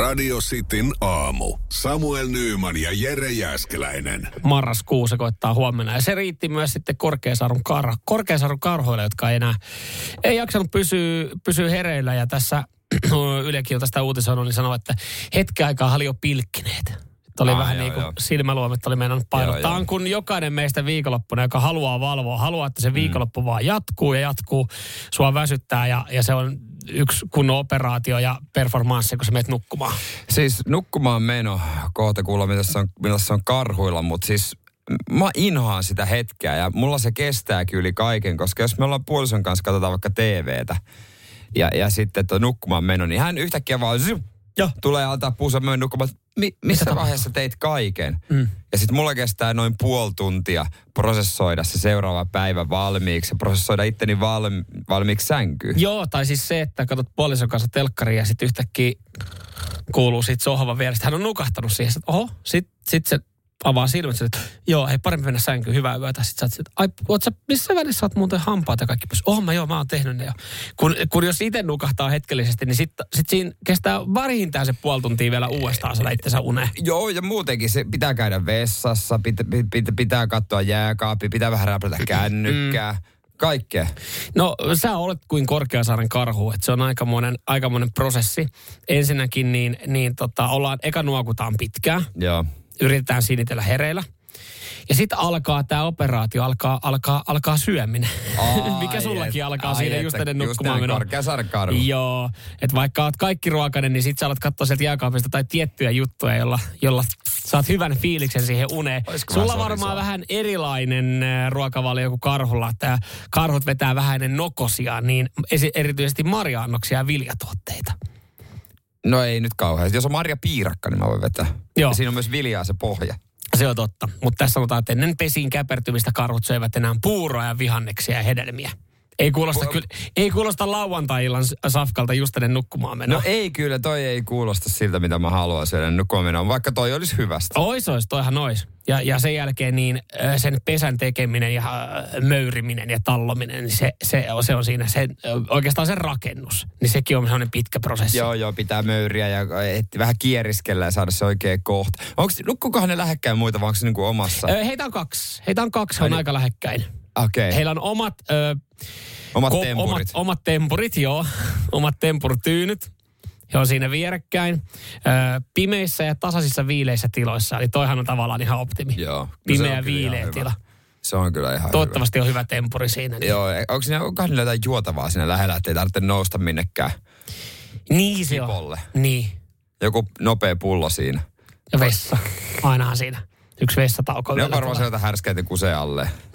Radio Cityn aamu. Samuel Nyyman ja Jere Jääskeläinen. Marraskuu se koittaa huomenna. Ja se riitti myös sitten Korkeasaarun karhoille, jotka ei jaksanut pysyä hereillä. Ja tässä Ylekin on tästä uutisoinut, niin sanoi, että hetken aikaa oli jo pilkkineet. Oli vähän niin kuin silmäluomet oli meinannut painottaa. On kun jokainen meistä viikonloppuna, joka haluaa valvoa, haluaa, että se viikonloppu vaan jatkuu, sua väsyttää ja se on yksi kunnon operaatio ja performanssi, kun sä menet nukkumaan. Siis nukkumaan meno, kohta kuulla, mitä se on karhuilla, mutta siis mä inhoan sitä hetkeä ja mulla se kestääkin yli kaiken, koska jos me ollaan puolison kanssa, katsotaan vaikka TVtä ja sitten tuo nukkumaan meno, niin hän yhtäkkiä vaan tulee antaa puusa mennä nukkumaan. Missä vaiheessa teit kaiken? Ja sitten mulla kestää noin puoli tuntia prosessoida se seuraava päivä valmiiksi ja prosessoida itteni valmiiksi sänkyyn. Joo, tai siis se, että katsot puolison kanssa telkkaria ja sitten yhtäkkiä kuuluu siitä sohvan vierestä. Hän on nukahtanut siihen, että oho, sit se avaa silmät, että joo, hei parempi mennä sänkyyn, hyvää yötä. Sitten sä oot, ai, missä välissä sä oot muuten hampaat ja kaikki pois? Mä oon tehnyt ne jo. Kun jos itse nukahtaa hetkellisesti, niin sit siinä kestää varintään se puoli tuntia vielä uudestaan saada itsensä uneen. Joo, ja muutenkin se pitää käydä vessassa, pitää katsoa jääkaapia, pitää vähän räplätä kännykkää. Kaikkea. No sä olet kuin Korkeasaaren karhu, että se on aikamoinen prosessi. Ensinnäkin eka nuokutaan pitkään. Joo. Yritetään sinitellä hereillä. Ja sitten alkaa tämä operaatio, alkaa syöminen. Mikä sullakin alkaa siinä just ennen nukkumaan menoa. Korkeasaaren karhu. Joo, että vaikka oot kaikki ruokainen, niin sit sä alat katsoa sieltä jääkaapista tai tiettyjä juttuja, jolla saat hyvän fiiliksen siihen uneen. Sulla varmaan vähän erilainen ruokavalio kuin karhulla, että karhut vetää vähän ennen nokosia, niin erityisesti marja-annoksia ja viljatuotteita. No ei nyt kauheasti. Jos on marjapiirakka, niin mä voin vetää. Joo. Ja siinä on myös viljaa se pohja. Se on totta. Mutta tässä sanotaan, että ennen pesiin käpertymistä karhut söivät enää puuroa ja vihanneksia ja hedelmiä. Ei kuulosta lauantai-illan safkalta just ennen nukkumaan menoa. No ei kyllä, toi ei kuulosta siltä, mitä mä haluan syödä nukkumaan menoa, vaikka toi olisi hyvästä. Toihan ois. Ja sen jälkeen niin sen pesän tekeminen ja möyriminen ja tallominen, niin se on siinä oikeastaan se rakennus. Niin sekin on sellainen pitkä prosessi. Joo, pitää möyriä ja vähän kieriskellä ja saada se oikea kohta. Nukkukohan ne lähekkäin muita, vai onko se niin kuin omassa? Heitä on kaksi, on aika lähekkäin. Okay. Heillä on omat tempurit. Omat tempurit, joo. Omat tempurtyynyt. He on siinä vierekkäin. Pimeissä ja tasaisissa viileissä tiloissa. Eli toihan on tavallaan ihan optimi. Joo. Pimeä viileä tila. Se on kyllä ihan Toivottavasti hyvä. On hyvä tempuri siinä. Niin. Joo. Onko niillä jotain juotavaa siinä lähellä, ettei tarvitse nousta minnekään? Niin se kipolle. On. Niin. Joku nopea pullo siinä. Ja vessa. Ainahan siinä. Yksi vessatauko. Ne on varmaan sieltä härskeitä kuseen alle. No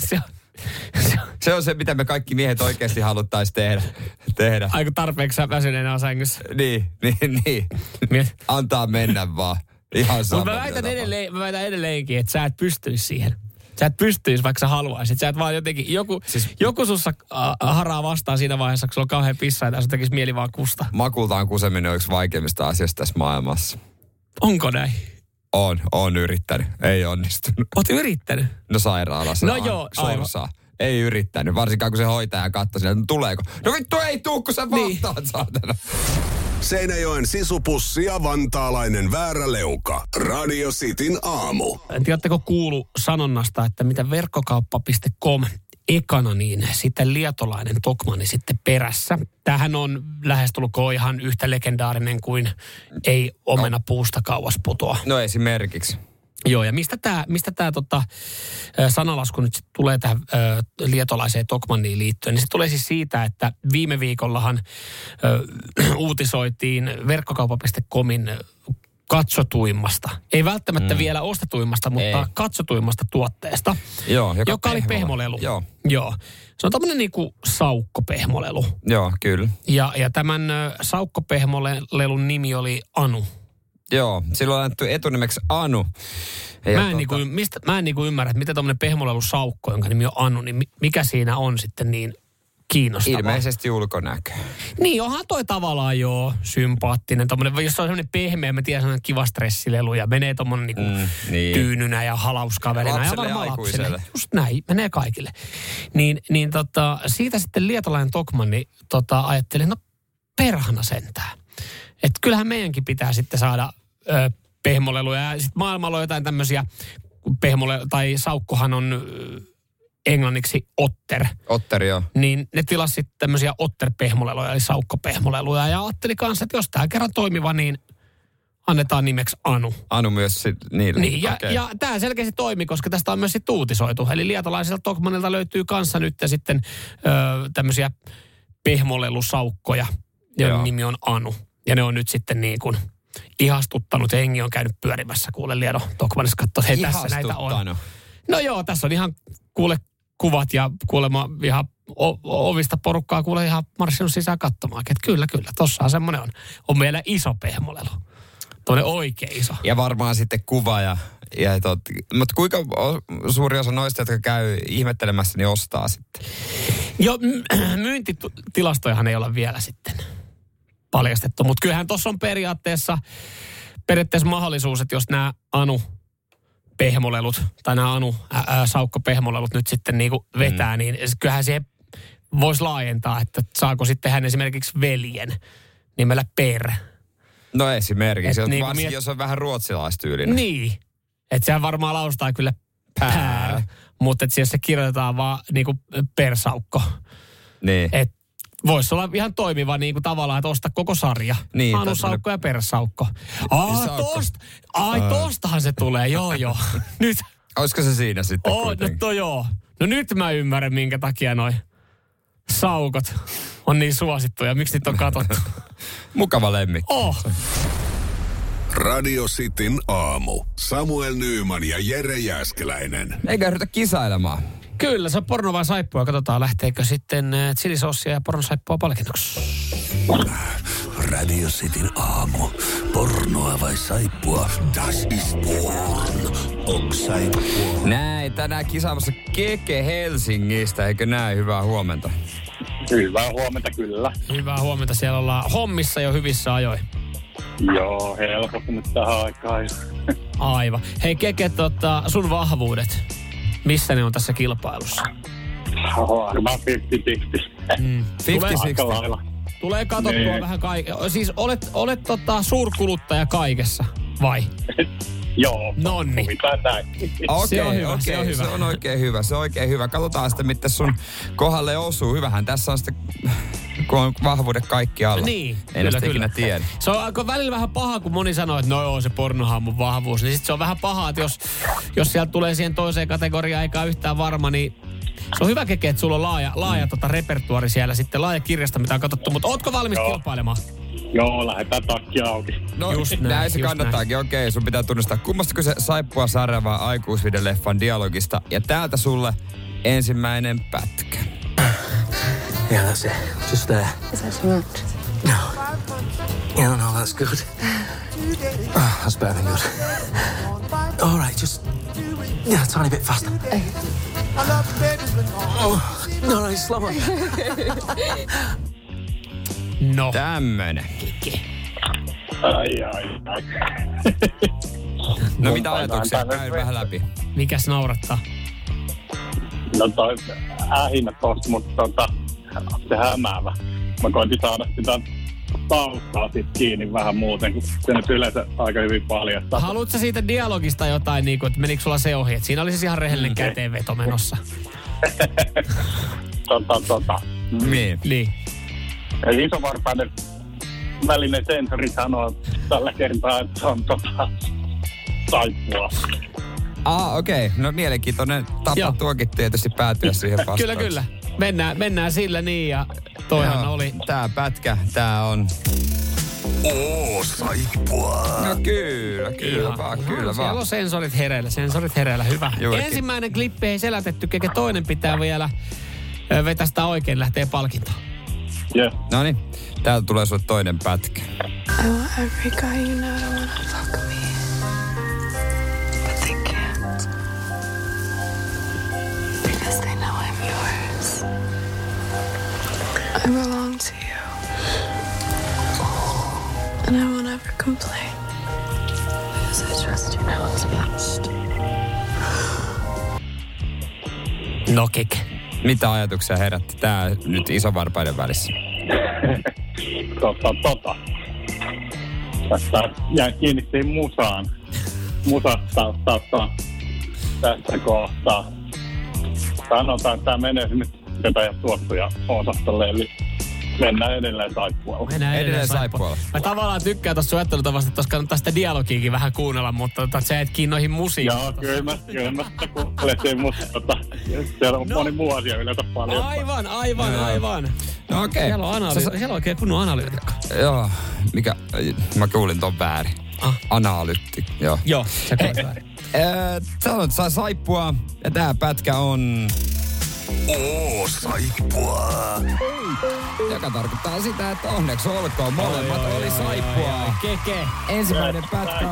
se on se, mitä me kaikki miehet oikeasti haluttaisiin tehdä. Aika tarpeeksi väsyneenä on sängyssä. Niin. Antaa mennä vaan. Ihan sama. Mutta mä väitän edelleenkin, että sä et pystyisi siihen. Sä et pystyisi, vaikka sä haluaisit. Sä et vaan jotenkin, joku sussa haraa vastaan siinä vaiheessa, kun sulla on kauhean pissa, ja sun tekisi mieli vaan kusta. Makultaan kuseminen on yksi vaikeimmista asioista tässä maailmassa. Onko näin? On yrittänyt. Ei onnistunut. Oot yrittänyt? No sairaalassa. No joo, sorsaa. Ei yrittänyt, varsinkaan kun se hoitaja katsoi sinne, että tuleeko. No vittu ei tuu, kun sä vahtaat, saatana. Seinäjoen sisupussi ja vantaalainen vääräleuka. Radio Cityn aamu. En tiedä, oletteko kuullut sanonnasta, että mitä verkkokauppa.com ekana, niin sitten lietolainen Tokmanni sitten perässä. Tämähän on lähestulkoon ihan yhtä legendaarinen kuin ei omenapuusta kauas putoa. No esimerkiksi. Joo, ja mistä tämä sanalasku nyt sit tulee tähän lietolaiseen Tokmanniin liittyen? Niin se tulee siis siitä, että viime viikollahan uutisoitiin verkkokauppa.comin katsotuimmasta. Ei välttämättä vielä ostetuimmasta, mutta katsotuimmasta tuotteesta. Joo, joka oli pehmolelu. Joo. Se on tämmöinen niinku saukkopehmolelu. Joo, kyllä. Ja tämän saukkopehmolelun nimi oli Anu. Joo, silloin on annettu etunimeksi Anu. Mä en ymmärrä, että miten tommonen pehmolelu saukko, jonka nimi on Anu, niin mikä siinä on sitten niin kiinnostavaa? Ilmeisesti ulkonäkö. Niin, onhan toi tavallaan jo sympaattinen. Tommonen, jos on semmoinen pehmeä, mä tiedän, semmoinen kiva stressilelu ja menee tommonen niin. Tyynynä ja halauskaverina. Lapselle ja aikuiselle. Just näin, menee kaikille. Siitä sitten lietolainen Tokmanni ajatteli, no perhana sentään. Että kyllähän meidänkin pitää sitten saada pehmoleluja. Ja sitten maailmalla on jotain tämmöisiä, tai saukkohan on englanniksi otter. Otter, joo. Niin ne tilasi sitten tämmöisiä otter-pehmoleluja, eli saukkopehmoleluja. Ja ajattelin kanssa, että jos tämä kerran toimiva, niin annetaan nimeksi Anu. Anu myös niille. Niin, ja tämä selkeästi toimi, koska tästä on myös sitten uutisoitu. Eli lietolaiselta Tokmanilta löytyy kanssa nyt sitten tämmöisiä pehmolelusaukkoja, joiden nimi on Anu. Ja ne on nyt sitten niin kuin ihastuttanut. Hengi on käynyt pyörimässä, kuule Liedo Tokmanissa katsoa, että hei, tässä näitä on. No joo, tässä on ihan kuule kuvat ja kuulemma ihan ovista porukkaa kuule ihan marssinut sisään katsomaan. Että kyllä, tossahan semmoinen on. On meillä iso pehmolelu. Tuollainen oikein iso. Ja varmaan sitten kuva mutta kuinka suuri osa noista, jotka käy ihmettelemässä, niin ostaa sitten? Joo, myyntitilastojahan ei ole vielä sitten paljastettu. Mutta kyllähän tuossa on periaatteessa mahdollisuus, että jos nämä Anu-pehmolelut tai nämä Anu-saukkopehmolelut nyt sitten niinku vetää, niin kyllähän siihen voisi laajentaa, että saako sitten hän esimerkiksi veljen nimellä Per. No esimerkiksi, varsinkin jos on vähän ruotsilaistyylinen. Niin, että sehän varmaan laustaa kyllä pää, mutta että se kirjoitetaan vaan niinku persaukko. Niin. Että voisi olla ihan toimiva niinku tavallaan, että osta koko sarja. Niin, Anu-saukko ja persaukko. Tostahan se tulee, joo. Nyt. Olisiko se siinä sitten kuitenkin? No joo. No nyt mä ymmärrän, minkä takia noi saukot on niin suosittuja. Miksi niitä on katsottu? Mukava lemmikki. Radio Cityn aamu. Samuel Nyyman ja Jere Jääskeläinen. Eikä yritä kisailemaan. Kyllä, se on porno vai saippua. Katsotaan, lähteekö sitten chilisossia ja pornosaippua palkinnoksi. Radio Cityn aamu. Pornoa vai saippua? Das ist porn. Ok saippua. Näin, tänään kisaamassa Keke Helsingistä. Eikö näin? Hyvää huomenta. Hyvää huomenta, kyllä. Hyvää huomenta. Siellä ollaan hommissa jo hyvissä ajoin. Joo, helposti nyt tähän aikaan. Aivan. Hei Keke, sun vahvuudet. Missä ne on tässä kilpailussa? Varmaan 50-50. 50-60. Tulee katsottua vähän kaikkea. Siis olet suurkuluttaja kaikessa, vai? Joo. Nonni. Se on oikein hyvä. Katsotaan sitten, mitä sun kohdalle osuu. Hyvähän tässä on sitten, kun on vahvuudet kaikki alla. Niin, ei kyllä. Ikinä tiedä. Se on aika välillä vähän paha, kun moni sanoo, että no joo, se pornohan on mun vahvuus. Niin sit se on vähän paha, että jos sieltä tulee siihen toiseen kategoriaan eikä yhtään varma, niin se on hyvä Keke, että sulla on laaja repertuari siellä sitten, laaja kirjasta, mitä on katsottu. Mutta ootko valmis kilpailemaan? Joo, lähdetään takki auki. No just näin se kannattaakin. Okei, sun pitää tunnistaa, kummastako se saippua sarja vai aikuisvideoleffan dialogista. Ja täältä sulle ensimmäinen pätkä. Yeah, that's it. Just there. Is that too much? No. Yeah, no, that's good. That's better than good. All right, just a tiny bit faster. No, slower. No. Tämmönen. Ai. No mitä ajatuksia? Käy vähän läpi. Mikäs naurattaa? No toi ähinä tosta, mutta se hämäävä. Mä koitin saada sitä taustaa sit kiinni vähän muuten, kun se nyt yleensä aika hyvin paljastaa. Haluatko siitä dialogista jotain, niin kuin, että menikö sulla se ohi? Että siinä oli siis ihan rehellinen käteenveto menossa. Niin. Eli isovarpainen välinen sensori sanoo tällä kertaa, että se on saippua. Okei. No mielenkiintoinen tapa tuokin tietysti päätyä siihen vastaukseen. Kyllä. Mennään sillä niin ja toihan oli. Tää pätkä, tää on... saippua. No kyllä vaan. Siellä on sensorit hereillä, hyvä. Juurikin. Ensimmäinen klippi ei selätetty, Keke toinen pitää vielä vetästä oikein, lähtee palkintoon. Yeah. Noniin, täältä tulee sulle toinen pätkä. I want every guy you know to wanna fuck me. But they can't. Because they know I'm yours. I belong to you. And I won't ever complain. Because I trust you now it's best. No Keke. Mitä ajatuksia herätti tää nyt isovarpaiden välissä? Tästä jäin kiinni siihen musasta tässä kohtaa. Sanotaan, että tämä menee sinne ja tuottuja osastolle, eli mennään edelleen saippualla. Mennään edelleen saippualla. Mä tavallaan tykkään tuossa ajattelutavasta, että tuossa kannattaa sitä dialogiikin vähän kuunnella, mutta sä et kiinni noihin musiikkiin. Joo, kyllä mä sitä kuuntelen, mutta siellä on moni muu asia yleensä paljon. Aivan. No okei. Siellä on oikein kunnon analyytikko. Joo, mä kuulin ton väärin. Analyytti, joo. Joo, se kuulit väärin. Sanoit, että saa saippua, ja tää pätkä on... Saippua. Joka tarkoittaa sitä, että onneksi olkoon. Molemmat oli saippua. Keke. Ensimmäinen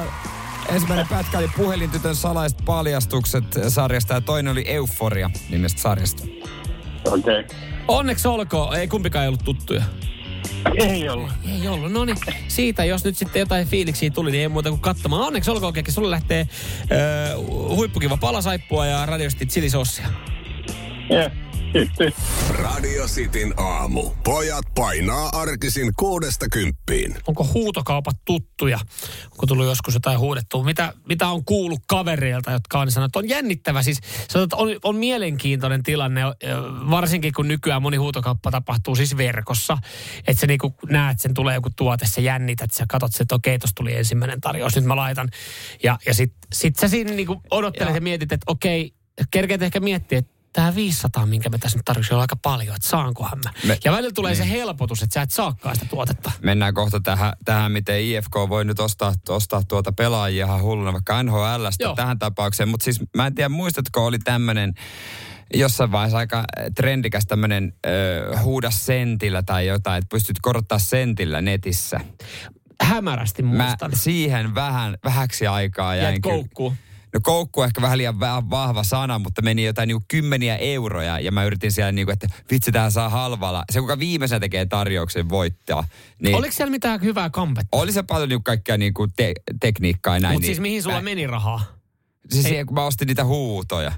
pätkä oli Puhelintytön salaiset paljastukset sarjasta ja toinen oli Euforia nimestä sarjasta. Okei. Onneksi olkoon. Ei kumpikaan ollut tuttuja. Ei ollut. No niin, siitä jos nyt sitten jotain fiiliksiä tuli, niin ei muuta kuin katsomaan. Onneksi olkoon, Keke. Sulle lähtee huippukiva palasaippua ja radiosti chilisossia. Kiitos. Radio Cityn aamu. Pojat painaa arkisin 6–10. Onko huutokaupat tuttuja? Onko tullut joskus jotain huudettua? Mitä on kuullut kavereilta, jotka on sanonut, että on jännittävä. Siis sanotaan, että on mielenkiintoinen tilanne, varsinkin kun nykyään moni huutokauppa tapahtuu siis verkossa. Että sä niinku näet, sen tulee joku tuote, sä jännität, sä katot, että okei, tossa tuli ensimmäinen tarjous, nyt mä laitan. Ja sit sä siinä niinku odottelet ja mietit, että okei, kerkeet ehkä miettiä, että tämä 500, minkä me tässä nyt tarvitsen, on aika paljon, että saankohan mä. Ja välillä tulee se helpotus, että sä et saakaan sitä tuotetta. Mennään kohta tähän miten IFK voi nyt ostaa tuota pelaajia ihan hulluna, vaikka NHL:stä tähän tapaukseen. Mutta siis mä en tiedä, muistatko, oli tämmöinen jossain vaiheessa aika trendikäs tämmöinen huuda sentillä tai jotain, että pystyt korottaa sentillä netissä. Hämärästi muistan. Mä siihen vähäksi aikaa jäin koukkuun. No koukku on ehkä vähän liian vahva sana, mutta meni jotain niinku 10 euroja ja mä yritin siellä niinku, että vitsi tää saa halvalla. Se kuka viimeisenä tekee tarjouksen voittaa. Niin oliko siellä mitään hyvää kampetta? Oli se paljon niinku kaikkea niinku tekniikkaa ja näin. Mutta siis mihin sulla meni rahaa? Siis siihen, kun mä ostin niitä huutoja.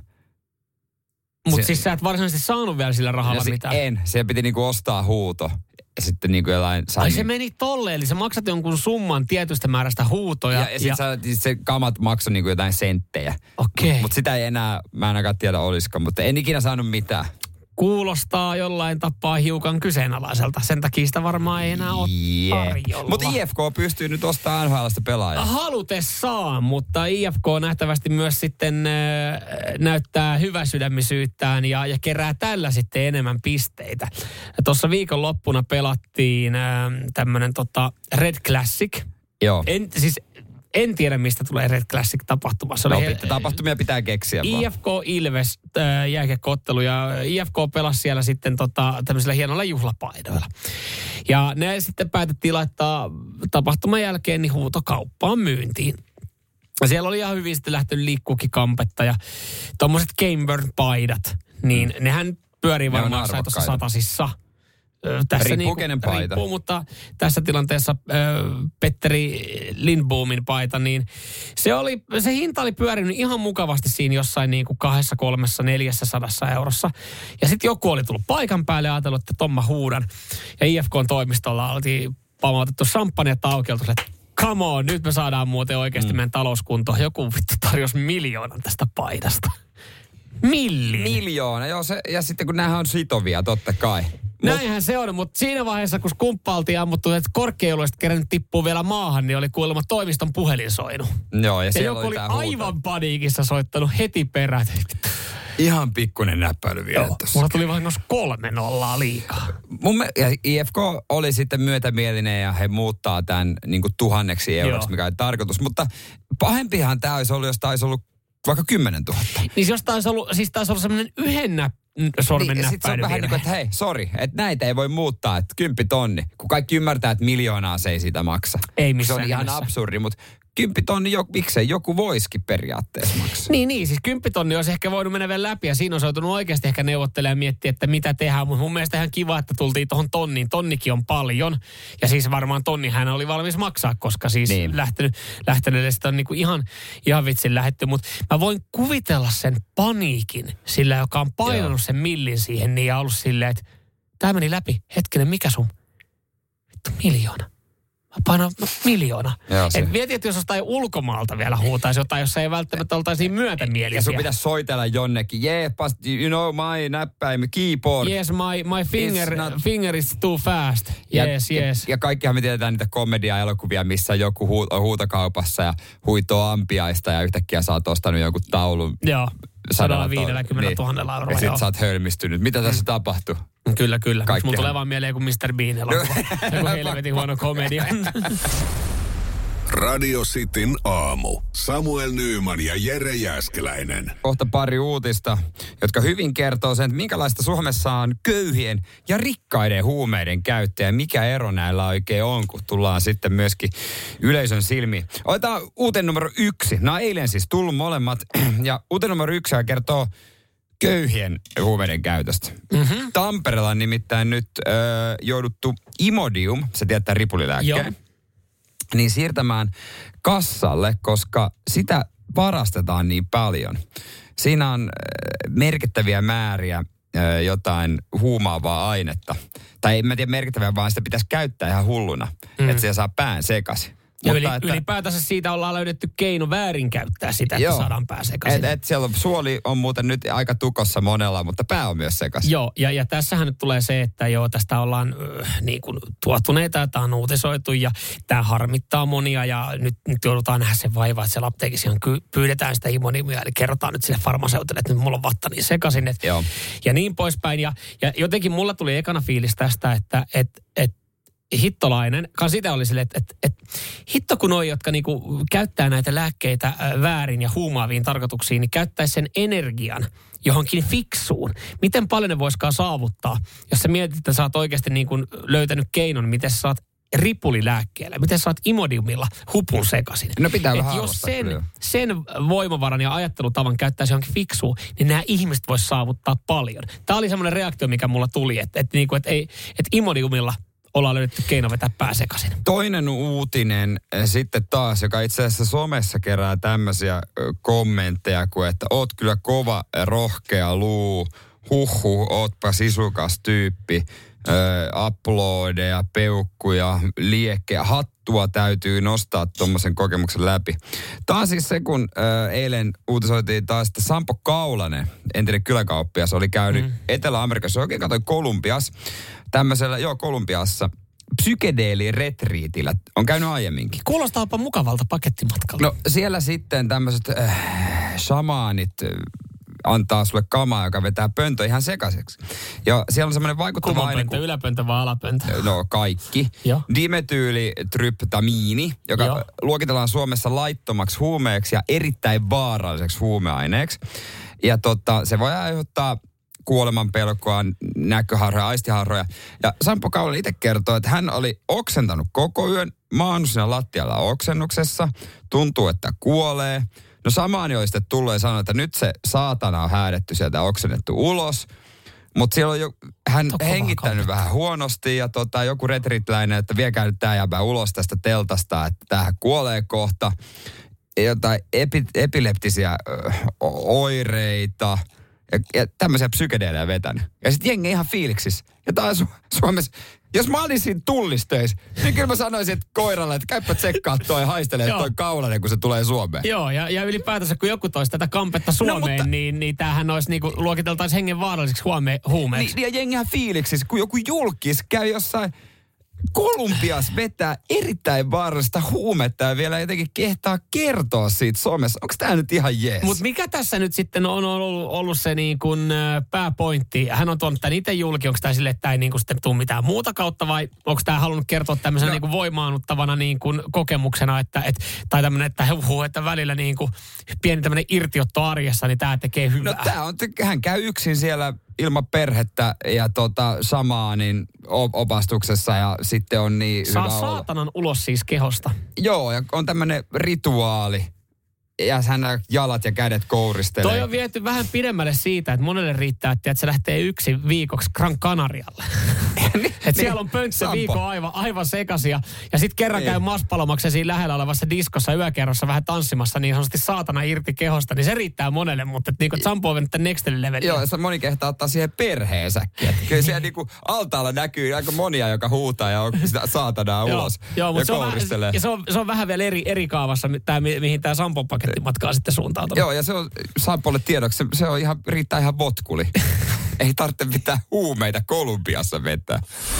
Mutta siis sä et varsinaisesti saanut vielä sillä rahalla mitään? En. Siellä piti niinku ostaa huuto. Ja sitten niinku jollain... Se meni tolleen, eli sä maksat jonkun summan tietystä määrästä huutoja. Ja sitten se kamat maksoi niinku jotain senttejä. Okei. Mutta sitä ei enää, mä en ainakaan tiedä olisiko, mutta en ikinä saanut mitään. Kuulostaa jollain tapaa hiukan kyseenalaiselta. Sen takia sitä varmaan ei enää ole tarjolla. Mutta IFK pystyy nyt ostamaan NHL:stä pelaajaa. Halutessaan, mutta IFK nähtävästi myös sitten näyttää hyväsydämisyyttään ja kerää tällä sitten enemmän pisteitä. Tuossa viikonloppuna pelattiin tämmöinen Red Classic. Joo. En tiedä, mistä tulee Red Classic-tapahtuma. Tapahtumia pitää keksiä vaan. IFK Ilves jääkiekko-ottelu ja IFK pelasi siellä sitten tämmöisillä hienoilla juhlapaidoilla. Ja ne sitten päätettiin laittaa tapahtuman jälkeen niin huutokauppaan myyntiin. Ja siellä oli ihan hyvin sitten lähtenyt liikkuukin kampetta ja tommoset Gameburn-paidat, niin nehän pyörii varmaan tuossa satasissa. Riippuu kenen paita. Riippuu, mutta tässä tilanteessa Petteri Lindboomin paita, niin se hinta oli pyörinyt ihan mukavasti siinä jossain niin kuin 200–400 eurossa. Ja sitten joku oli tullut paikan päälle ja ajatellut, että tomma huudan. Ja IFK:n toimistolla oltiin pamautettu champagnetta aukeltu, että come on, nyt me saadaan muuten oikeasti meidän talouskuntoon. Joku vittu tarjosi 1 miljoonan tästä paidasta. Miljoona, joo. Ja sitten kun näähän on sitovia, totta kai. Näinhän se on, mutta siinä vaiheessa, kun skumppailtiin ammuttu, että korkealueista kerännyt tippuu vielä maahan, niin oli kuulemma toimiston puhelin soinut. Joo, ja joku oli aivan paniikissa soittanut heti perään. Ihan pikkuinen näppäily vielä tuossa. Mulla tuli vahingossa 3-0 liikaa. Ja IFK oli sitten myötämielinen ja he muuttaa tämän niin kuin 1000 euroksi, mikä oli tarkoitus. Mutta pahempihan tämä olisi ollut, jos tämä olisi ollut vaikka 10 000. Niin jos taisi ollut semmoinen yhden sormen niin, sitten se on vähän niin kuin, että hei, sori, että näitä ei voi muuttaa, että 10 000, kun kaikki ymmärtää, että 1 miljoonaa se ei siitä maksa. Ei missään. Se on ihan absurdi, mutta 10 000, miksei joku voisikin periaatteessa maksaa. Niin, siis 10 000 olisi ehkä voinut mennä vielä läpi ja siinä on joutunut oikeasti ehkä neuvottelemaan ja miettiä, että mitä tehdään. Mutta mun mielestä ihan kiva, että tultiin tuohon tonniin. Tonnikin on paljon ja siis varmaan tonni hän oli valmis maksaa, koska siis lähteneelle sitä on niinku ihan vitsin lähetty. Mutta mä voin kuvitella sen paniikin sillä, joka on painanut sen millin siihen niin ja ollut silleen, että tämä meni läpi. Hetkinen, mikä sun? Vittu 1 miljoona. painaa 1 miljoona. Joo, Et mieti, että jos jostain ulkomaalta vielä huutaisi jotain, jossa ei välttämättä oltaisiin myötämielisiä. Ja sun pitäisi soitella jonnekin. Yeah, but you know my näppäimi, keyboard. Yes, my finger is too fast. Yes. Ja kaikkihan me tiedetään niitä komedia-elokuvia, missä joku on huutokaupassa ja huitoo ampiaista ja yhtäkkiä sä oot ostanut jonkun taulun. Joo, 150 000 euroa. Ja sit sä oot hölmistynyt. Mitä tässä tapahtui? Kyllä. Kaikkihan. Mulla tulee vaan mieleen kuin Mr. Bean elokuva. Joku helvetin huono komedia. Radio Cityn aamu. Samuel Nyyman ja Jere Jääskeläinen. Kohta pari uutista, jotka hyvin kertoo sen, että minkälaista Suomessa on köyhien ja rikkaiden huumeiden käyttäjä. Ja mikä ero näillä oikein on, kun tullaan sitten myöskin yleisön silmiin. Otetaan uutinen numero 1. Nämä on eilen siis tullut molemmat. Ja uutinen numero 1 kertoo köyhien huumeiden käytöstä. Mm-hmm. Tampereella on nimittäin nyt jouduttu Imodium, se tietää ripulilääkkeen, niin siirtämään kassalle, koska sitä varastetaan niin paljon. Siinä on merkittäviä määriä jotain huumaavaa ainetta. Tai en mä tiedä merkittäviä, vaan sitä pitäisi käyttää ihan hulluna, että se saa pään sekaisin. Ja ylipäätänsä siitä ollaan löydetty keino väärinkäyttää sitä, että saadaan pää sekaisin. Siellä suoli on muuten nyt aika tukossa monella, mutta pää on myös sekaisin. Joo, ja tässähän nyt tulee se, että tästä ollaan niin kuin tuottuneita ja tämä on uutisoitu ja tämä harmittaa monia ja nyt joudutaan nähdä sen vaivaa, että siellä apteekissa pyydetään sitä Imodiumia, eli kerrotaan nyt sille farmaseutille, että nyt mulla on vatta niin sekaisin. Ja niin poispäin. Ja jotenkin mulla tuli ekana fiilis tästä, että hittolainen, sitä oli silleen, että hitto kun noi, jotka niinku käyttää näitä lääkkeitä väärin ja huumaaviin tarkoituksiin, niin käyttäisi sen energian johonkin fiksuun. Miten paljon ne voisikaan saavuttaa, jos sä mietit, että sä oot oikeasti niinku löytänyt keinon, miten sä saat ripulilääkkeellä, miten sä saat Imodiumilla hupun sekaisin. No pitää vähän jos sen voimavaran ja ajattelutavan käyttäisi johonkin fiksuun, niin nämä ihmiset vois saavuttaa paljon. Tämä oli semmoinen reaktio, mikä mulla tuli, että Imodiumilla ollaan löydetty keino vetää pää sekaisin. Toinen uutinen sitten taas, joka itse asiassa somessa kerää tämmöisiä kommentteja kuin, että oot kyllä kova, rohkea luu, ootpa sisukas tyyppi, uploadeja, peukkuja, liekkejä, hattua täytyy nostaa tuommoisen kokemuksen läpi. Taas siis se, kun eilen uutisoitiin taas, että Sampo Kaulanen, entinen kyläkauppias, oli käynyt Etelä-Amerikassa, oikein katsoin Kolumbiassa, psykedeeliretriitillä. On käynyt aiemminkin. Kuulostaapa mukavalta pakettimatkalta. No siellä sitten tämmöiset shamaanit antaa sulle kamaa, joka vetää pöntö ihan sekaiseksi. Ja siellä on semmoinen vaikuttava aine. Kumapöntö, yläpöntö vai alapöntö? No kaikki. Dimetyylitriptamiini, joka luokitellaan Suomessa laittomaksi huumeeksi ja erittäin vaaralliseksi huumeaineeksi. Ja se voi aiheuttaa kuolemanpelkoa, näköharhoja, aistiharhoja. Ja Sampo Kaulanen itse kertoo, että hän oli oksentanut koko yön, maannut siinä lattialla oksennuksessa, tuntuu, että kuolee. No samaan jo sitten tullut ja sanoi, että nyt se saatana on häädetty sieltä oksennettu ulos. Mutta siellä on hän hengittänyt vähän huonosti ja joku retriitläinen, että viekää nyt tämä jäbä ulos tästä teltasta, että tämähän kuolee kohta. Jotain epileptisiä oireita ja tämmöisiä psykedeelejä vetänyt. Ja sitten jengi ihan fiiliksissä. Ja taas Suomessa, jos mä olisin tullistöissä, niin kyllä mä sanoisin, että koiralle, että käypä tsekkaa toi haistelee toi Kaulanen, kun se tulee Suomeen. Joo, ja ylipäätänsä kun joku toisi tätä kampetta Suomeen, niin tämähän olisi niinku luokiteltaisiin hengen vaarallisiksi huumeeksi. Niin, ja jengihän fiiliksissä, kun joku julkis käy jossain Kolumbiassa vetää erittäin vaarallista huumetta ja vielä jotenkin kehtaa kertoa siitä Suomessa. Onko tämä nyt ihan jees? Mutta mikä tässä nyt sitten on ollut se niin kuin pääpointti? Hän on tuonut tämän itse julki. Onko tämä sille, että tämä ei niin kuin sitten tule mitään muuta kautta vai onko tämä halunnut kertoa tämmöisenä niin kuin voimaannuttavana niin kuin kokemuksena, tai tämmöinen, että välillä niin kuin pieni tämmöinen irtiotto arjessa, niin tämä tekee hyvää? No tämä on, hän käy yksin siellä ilman perhettä ja samaanin opastuksessa ja sitten on niin saa hyvä saatanan ulos siis kehosta. Joo, ja on tämmöinen rituaali. ja hän jalat ja kädet kouristelee. Toi on viety vähän pidemmälle siitä, että monelle riittää, että se lähtee yksin viikoksi Gran Canarialle. Että siellä on pönttö viikon aivan sekasia. Ja sitten kerran käy Maspalomaksen siinä lähellä olevassa diskossa yökerrossa vähän tanssimassa niin sanotusti saatana irti kehosta, niin se riittää monelle, mutta niin kuin Sampo on vennyt tämän next levelille. Joo, ja moni kehtaa ottaa siihen perheensäkin. Kyllä siellä niin kuin altaalla näkyy aika monia, joka huutaa ja on sitä saatanaa ulos ja kouristelee. Se on vähän vielä eri kaavassa, mihin tämä Sampon pakettimatka sitten suuntautunut. Joo, ja se on Sampolle tiedoksi, se on riittää ihan votkuli. Ei tarvitse mitään huumeita Kolumbiassa vetää.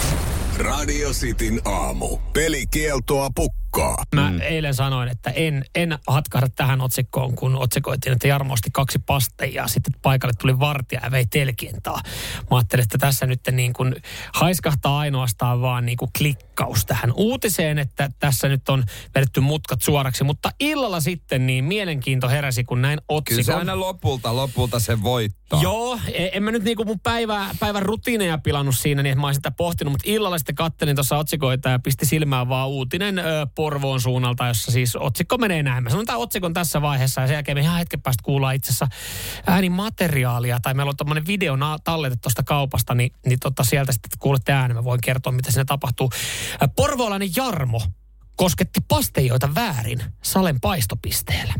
Radio Cityn aamu. Pelikieltoa pukkaa. Mä eilen sanoin, että en hatkahda tähän otsikkoon, kun otsikoitiin, että Jarmo osti 2 pasteja. Sitten paikalle tuli vartija ja vei telkientaa. Mä ajattelin, että tässä nyt niin kuin haiskahtaa ainoastaan vaan niin kuin klikkaus tähän uutiseen, että tässä nyt on vedetty mutkat suoraksi. Mutta illalla sitten niin mielenkiinto heräsi, kun näin otsikon. Kyllä se aina lopulta se voittaa. Joo, en mä nyt niin kuin mun päivän rutiineja pilannut siinä, niin että mä olisin sitä pohtinut, mutta illalla sitten kattelin tuossa otsikoita ja pisti silmään vaan uutinen Porvoon suunnalta, jossa siis otsikko menee näin. Mä sanon tämän otsikon tässä vaiheessa ja sen jälkeen me ihan hetken päästä kuullaan itse asiassa äänimateriaalia tai meillä on tommoinen video talletettu tuosta kaupasta, niin sieltä sitten kuulette äänen, mä voin kertoa mitä siinä tapahtuu. Porvoolainen Jarmo kosketti pasteijoita väärin Salen paistopisteellä.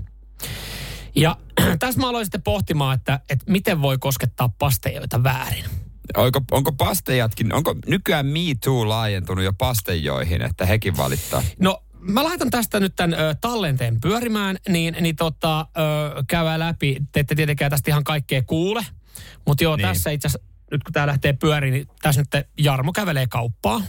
Ja tässä mä aloin sitten pohtimaan, että miten voi koskettaa pasteijoita väärin. Onko pastejatkin, onko nykyään Me Too laajentunut jo pasteijoihin, että hekin valittaa? No mä laitan tästä nyt tämän tallenteen pyörimään, niin käydään läpi. Te ette tietenkään tästä ihan kaikkea kuule, mutta joo, niin. Tässä itse asiassa, nyt kun tää lähtee pyöriin, niin tässä nyt Jarmo kävelee kauppaan.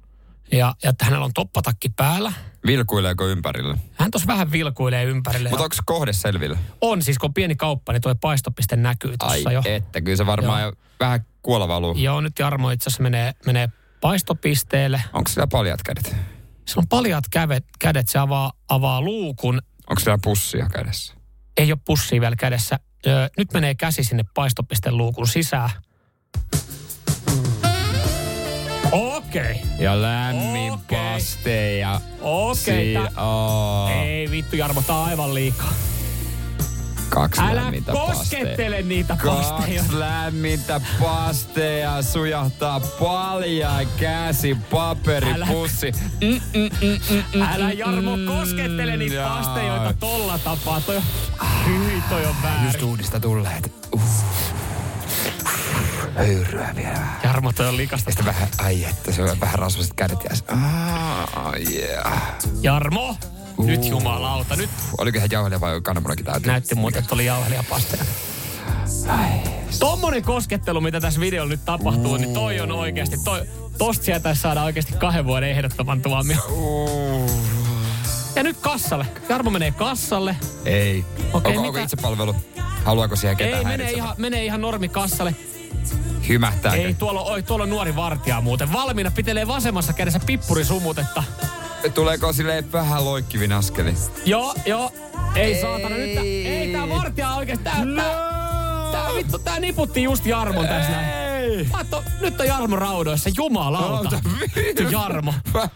Ja hänellä on toppatakki päällä. Vilkuileeko ympärillä? Hän tuossa vähän vilkuilee ympärille. Mutta onko kohde selvillä? On siis, kun on pieni kauppa, niin tuo paistopiste näkyy tuossa jo. Että kyllä se varmaan jo vähän kuola valuu. Joo, nyt Jarmo itse asiassa menee paistopisteelle. Onko siellä paljat kädet? Se on paljat kädet, se avaa luukun. Onko siellä pussia kädessä? Ei ole pussia vielä kädessä. Nyt menee käsi sinne paistopisteen luukun sisään. Okei. Ja lämmin paste ja... Okei. Ei vittu Jarmo, tää on aivan liikaa. 2 lämmintä pasteja. Älä koskettele niitä pasteja. 2 lämmintä pasteja sujahtaa paljain käsi, paperipussi. Älä Jarmo koskettele niitä pastejoita tolla tapaa. Toi on väärin. Just uudista tulleet. Höyryä vielä. Jarmo, toi on likasta. Sitten vähän, että se on vähän rasvaset kädet jäisi. Jarmo! Nyt jumalauta, nyt. Oliko ihan jauhelia vai kananmunakin täytyy? Näytti muuten, että oli jauhelijapasteja. Tommonen koskettelu, mitä tässä videolla nyt tapahtuu, niin toi on oikeasti, tosta sieltä saada oikeasti 2 vuoden ehdottoman tuomio. Ja nyt kassalle. Jarmo menee kassalle. Ei. Onko itsepalvelu? Haluaako siihen ketään häiritsevä? Menee ihan normikassalle. Hymähtääkö? Ei, tuolla on nuori vartija muuten. Valmiina pitelee vasemmassa kädessä pippurisumutetta. Tuleeko silleen vähän loikkivin askeli? Joo. Ei saatana nyt. Ei tää vartija oikeesti. Tää niputti just Jarmon tässä näin. Nyt on Jarmo raudoissa. Jumalauta. Jarmo.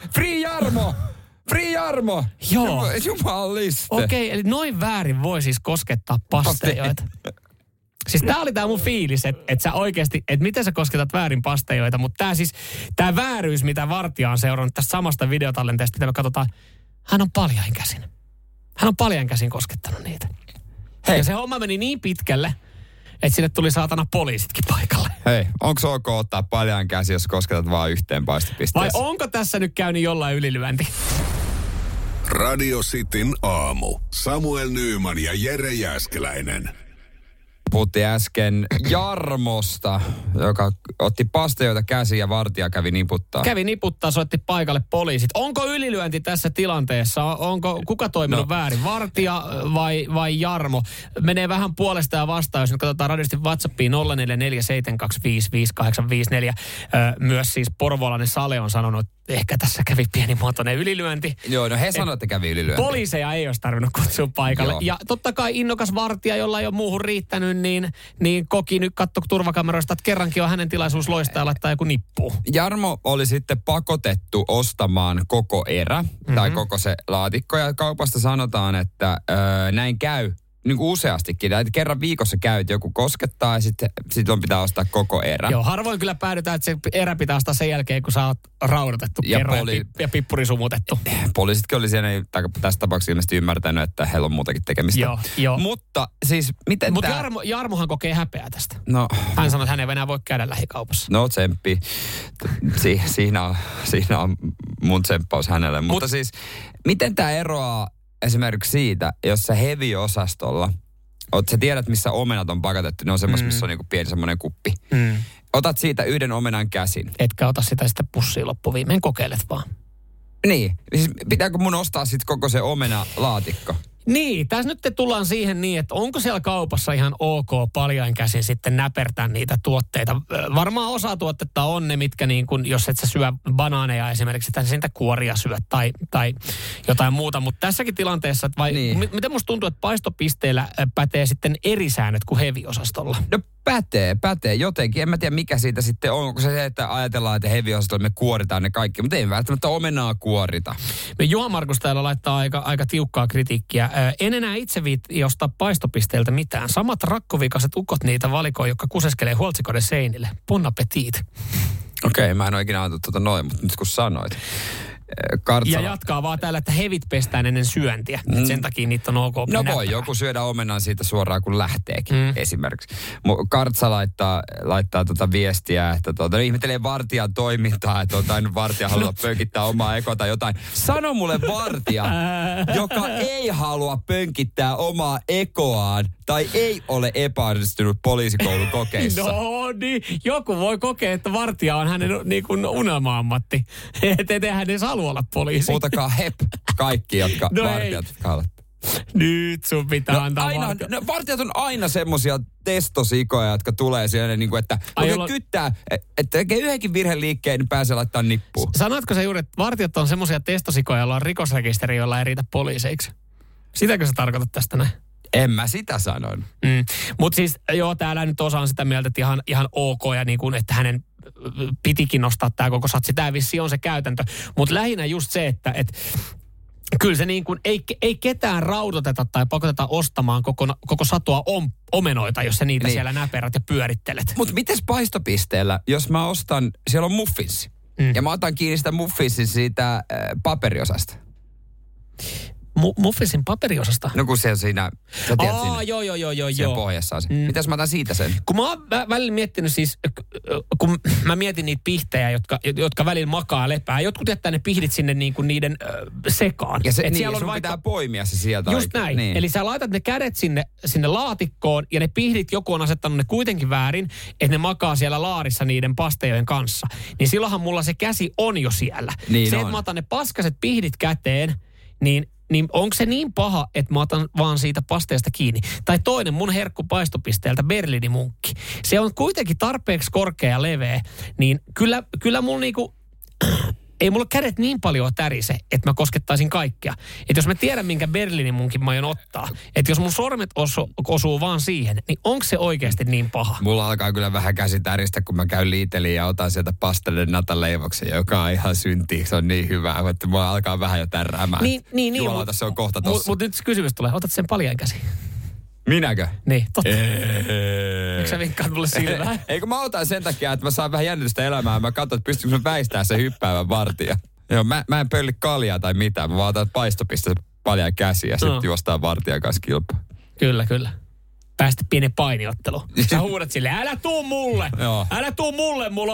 Free Jarmo! Joo. Jumaliste. Okei, eli noin väärin voi siis koskettaa pasteijoita. Siis tää oli tää mun fiilis, että sä oikeesti, että miten sä kosketat väärin pasteijoita, mutta tää vääryys, mitä vartija on seurannut tästä samasta videotallenteesta, mitä me katsotaan, hän on paljain käsin koskettanut niitä. Hei. Ja se homma meni niin pitkälle, että sinne tuli saatana poliisitkin paikalle. Hei, onko ok ottaa paljain käsi, jos kosketat vaan yhteen paistopisteeseen? Vai onko tässä nyt käynyt jollain ylilyönti? Radio Cityn aamu. Samuel Nyyman ja Jere Jääskeläinen. Puhuttiin äsken Jarmosta, joka otti pastejoita käsiin ja vartija kävi niputtaa. Soitti paikalle poliisit. Onko ylilyönti tässä tilanteessa? Onko kuka toiminut väärin? Vartija vai Jarmo? Menee vähän puolesta ja vastaan, jos nyt katsotaan radiosti WhatsAppiin 0447255854. Myös siis porvoolainen Sale on sanonut, ehkä tässä kävi pienimuotoinen ylilyönti. Joo, no he sanoivat, että kävi ylilyönti. Poliiseja ei olisi tarvinnut kutsua paikalle. Joo. Ja totta kai innokas vartija, jolla ei ole muuhun riittänyt, niin koki nyt katso turvakameroista, että kerrankin on hänen tilaisuus loistaa ja laittaa joku nippuun. Jarmo oli sitten pakotettu ostamaan koko erä tai koko se laatikko. Ja kaupasta sanotaan, että näin käy niin kuin useastikin. Että kerran viikossa käyt, joku koskettaa ja sitten pitää ostaa koko erä. Joo, harvoin kyllä päädytään, että se erä pitää ostaa sen jälkeen, kun sä oot raudotettu Ja kerran ja pippuri sumutettu. Poliisitkin oli siinä tässä tapauksessa ilmeisesti ymmärtänyt, että heillä on muutakin tekemistä. Joo. Mutta siis miten Mutta tämä... Jarmohan kokee häpeää tästä. No, Hän sanoi, että hän ei enää voi käydä lähikaupassa. no tsemppi. Siinä on mun tsemppaus hänelle. Mutta siis, miten tämä eroaa esimerkiksi siitä, jos sä heavy-osastolla, sä tiedät, missä omenat on pakotettu, ne on semmoista, missä on niinku pieni semmoinen kuppi. Otat siitä yhden omenan käsin. Etkä ota sitä sitten pussiin loppuviimein, kokeilet vaan. Niin, siis pitääkö mun ostaa sitten koko se omena-laatikko? Niin, tässä nyt tullaan siihen niin, että onko siellä kaupassa ihan ok paljain käsin sitten näpertää niitä tuotteita. Varmaan osa tuotteita on ne, mitkä niin kuin, jos et sä syö banaaneja esimerkiksi, että sä niitä kuoria syöt tai jotain muuta. Mutta tässäkin tilanteessa, että miten musta tuntuu, että paistopisteillä pätee sitten eri säännöt kuin heavy-osastolla? No pätee jotenkin. En mä tiedä mikä siitä sitten on. Onko se, että ajatellaan, että heavy-osastolla me kuoritaan ne kaikki, mutta ei välttämättä omenaa kuorita. Juha Markus täällä laittaa aika tiukkaa kritiikkiä. En enää itse viitti ostaa paistopisteiltä mitään. Samat rakkovikaset ukot niitä valikoi, jotka kuseskelee huoltsikoiden seinille. Bon appetit. Okei, mä en ole ikinä ajatellut noin, mutta nyt kun sanoit. Ja jatkaa vaan täällä, että hevit pestään ennen syöntiä. Sen takia niitä on ok. No voi joku syödä omenan siitä suoraan, kun lähteekin esimerkiksi. Kartsa laittaa viestiä, että ihmettelee vartijan toimintaa, että on tainnut vartija halua pönkittää omaa ekoa tai jotain. Sano mulle vartija, joka ei halua pönkittää omaa ekoaan tai ei ole epäonnistunut poliisikoulun kokeissa. No niin, joku voi kokea, että vartija on hänen niin kuin unelma-ammatti. Ettei hän edes halua olla poliisi. Puhutakaa hep kaikki, jotka vartijat haluatte. Nyt sun pitää antaa vartijat on aina semmosia testosikoja, jotka tulee siellä niin kuin, että kyttää, että tekee yhdenkin virheliikkeen, niin pääsee laittaa nippuun. Sanoitko sä juuri, että vartijat on semmosia testosikoja, joilla on rikosrekisteri, jolla ei riitä poliiseiksi? Sitäkö sä tarkoitat tästä näin? En mä sitä sanon. Mutta siis täällä nyt osa on sitä mieltä, että ihan ok ja niin kuin, että hänen pitikin nostaa tämä koko satsi. Tämä vissi on se käytäntö. Mutta lähinnä just se, että kyllä se niin kuin ei ketään raudoteta tai pakoteta ostamaan koko satua omenoita, jos sä niitä siellä näperät ja pyörittelet. Mutta mites paistopisteellä, jos mä ostan, siellä on muffinssi. Ja mä otan kiinni sitä muffinsin siitä paperiosasta. Muffinsin paperiosasta? No kun se on siinä, sä tiedät siinä. Joo. Siellä pohjassa on se. Mitäs mä otan siitä sen? Kun mä oon välillä miettinyt siis, kun mä mietin niitä pihtejä, jotka välillä makaa lepää. Jotkut jättää ne pihdit sinne niin kuin niiden sekaan. Ja siellä on pitää poimia se sieltä. Just näin. Niin. Eli sä laitat ne kädet sinne laatikkoon ja ne pihdit, joku on asettanut ne kuitenkin väärin, että ne makaa siellä laarissa niiden pastejojen kanssa. Niin silloinhan mulla se käsi on jo siellä. Niin se, on. että mä otan ne paskaset pihdit käteen, niin onko se niin paha, että mä otan vaan siitä pasteesta kiinni? Tai toinen mun herkku paistopisteeltä, Berliinimunkki. Se on kuitenkin tarpeeksi korkea ja leveä, niin kyllä mulla niinku, ei mulla kädet niin paljon tärise, että mä koskettaisin kaikkea. Että jos mä tiedän, minkä Berliinimunkin mä aion ottaa, että jos mun sormet osuu vaan siihen, niin onko se oikeasti niin paha? Mulla alkaa kyllä vähän käsi täristä, kun mä käyn Lidliin ja otan sieltä pastelen nataleivoksen, joka on ihan syntiä. Se on niin hyvä, että mulla alkaa vähän jo tärräämään. Niin. Jumalauta, se on kohta tossa. Mutta nyt kysymys tulee, otat sen paljain käsi? Minäkö? Niin, totta. Miksi sä vinkkaat mulle silmään? Eikö mä otan sen takia, että mä saan vähän jännitystä elämää. Mä katson, että pystyykö mä väistämään sen hyppäävän vartija. Joo, mä en pölli kaljaa tai mitään. Mä vaan otan paistopisteessä paljon käsiä ja sitten juostaan vartijan kanssa kilpaa. Kyllä. Päästä pienen painiottelu. Sä huudat silleen, älä tuu mulle! Joo. Älä tuu mulle, mulla on